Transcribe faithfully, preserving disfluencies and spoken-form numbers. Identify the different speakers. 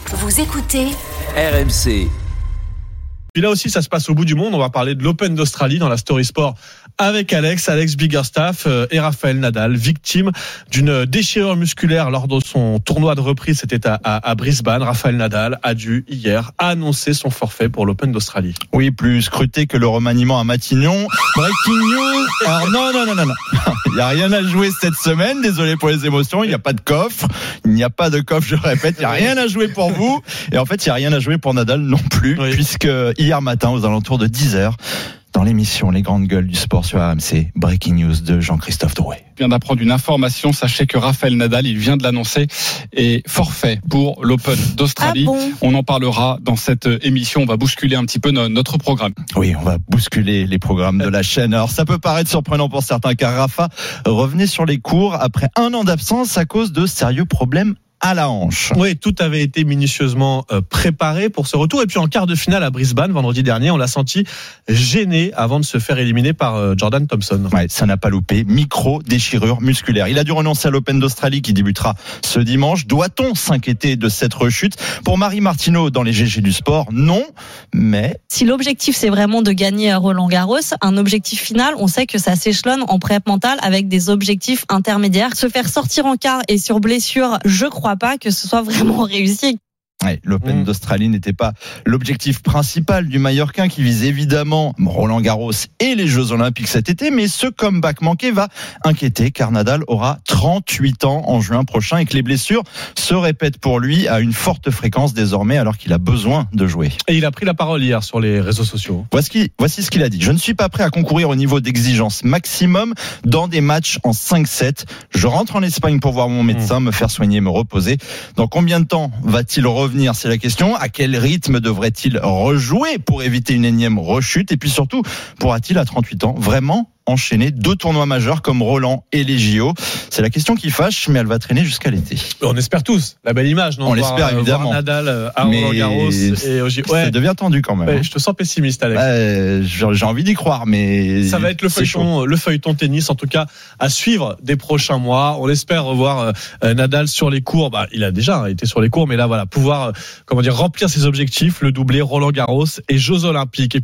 Speaker 1: Vous écoutez
Speaker 2: R M C.
Speaker 3: Puis là aussi, ça se passe au bout du monde. On va parler de l'Open d'Australie dans la Story Sport avec Alex, Alex Biggerstaff et Rafael Nadal, victime d'une déchirure musculaire lors de son tournoi de reprise. C'était à, à, à Brisbane. Rafael Nadal a dû hier annoncer son forfait pour l'Open d'Australie.
Speaker 4: Oui, plus scruté que le remaniement à Matignon. Breaking news. Alors non, non, non, non, non. Il n'y a rien à jouer cette semaine. Désolé pour les émotions. Il n'y a pas de coffre. Il n'y a pas de coffre, je répète. Il n'y a rien à jouer pour vous. Et en fait, il n'y a rien à jouer pour Nadal non plus, oui. Puisque hier matin, aux alentours de dix heures, dans l'émission Les Grandes Gueules du Sport sur R M C, Breaking News de Jean-Christophe Drouet.
Speaker 5: Je viens d'apprendre une information. Sachez que Rafael Nadal, il vient de l'annoncer, est forfait pour l'Open d'Australie. Ah bon ? On en parlera dans cette émission. On va bousculer un petit peu notre programme.
Speaker 4: Oui, on va bousculer les programmes de la chaîne. Alors, ça peut paraître surprenant pour certains, car Rafa revenait sur les cours après un an d'absence à cause de sérieux problèmes à la hanche.
Speaker 3: Oui, tout avait été minutieusement euh, préparé pour ce retour. Et puis en quart de finale à Brisbane, vendredi dernier, on l'a senti gêné avant de se faire éliminer par euh, Jordan Thompson.
Speaker 4: Ouais, ça n'a pas loupé. Micro-déchirure musculaire. Il a dû renoncer à l'Open d'Australie qui débutera ce dimanche. Doit-on s'inquiéter de cette rechute ? Pour Marie Martineau, dans les G G du sport, non. Mais
Speaker 6: si l'objectif c'est vraiment de gagner à Roland-Garros, un objectif final, on sait que ça s'échelonne en pré mentale avec des objectifs intermédiaires. Se faire sortir en quart et sur blessure, je crois pas que ce soit vraiment réussi.
Speaker 4: Ouais, L'Open mmh. d'Australie n'était pas l'objectif principal du Mallorquin qui vise évidemment Roland-Garros et les Jeux Olympiques cet été, mais ce comeback manqué va inquiéter car Nadal aura trente-huit ans en juin prochain et que les blessures se répètent pour lui à une forte fréquence désormais alors qu'il a besoin de jouer.
Speaker 3: Et il a pris la parole hier sur les réseaux sociaux.
Speaker 4: Voici, voici ce qu'il a dit. Je ne suis pas prêt à concourir au niveau d'exigence maximum dans des matchs en cinq sept. Je rentre en Espagne pour voir mon médecin, mmh. me faire soigner, me reposer. Dans combien de temps va-t-il revenir ? C'est la question. À quel rythme devrait-il rejouer pour éviter une énième rechute ? Et puis surtout, pourra-t-il à trente-huit ans vraiment enchaîner deux tournois majeurs comme Roland et les J O ? C'est la question qui fâche, mais elle va traîner jusqu'à l'été.
Speaker 3: On espère tous. La belle image, non ?
Speaker 4: On voir, l'espère évidemment.
Speaker 3: Voir Nadal à Roland-Garros et au J O.
Speaker 4: Ouais. Ça devient tendu quand même.
Speaker 3: Ouais, je te sens pessimiste, Alex.
Speaker 4: Ouais, j'ai envie d'y croire, mais
Speaker 3: ça va être le feuilleton, le feuilleton tennis, en tout cas, à suivre des prochains mois. On espère revoir Nadal sur les cours. Bah, il a déjà été sur les cours, mais là, voilà, pouvoir, comment dire, remplir ses objectifs, le doublé Roland-Garros et Jeux Olympiques. Et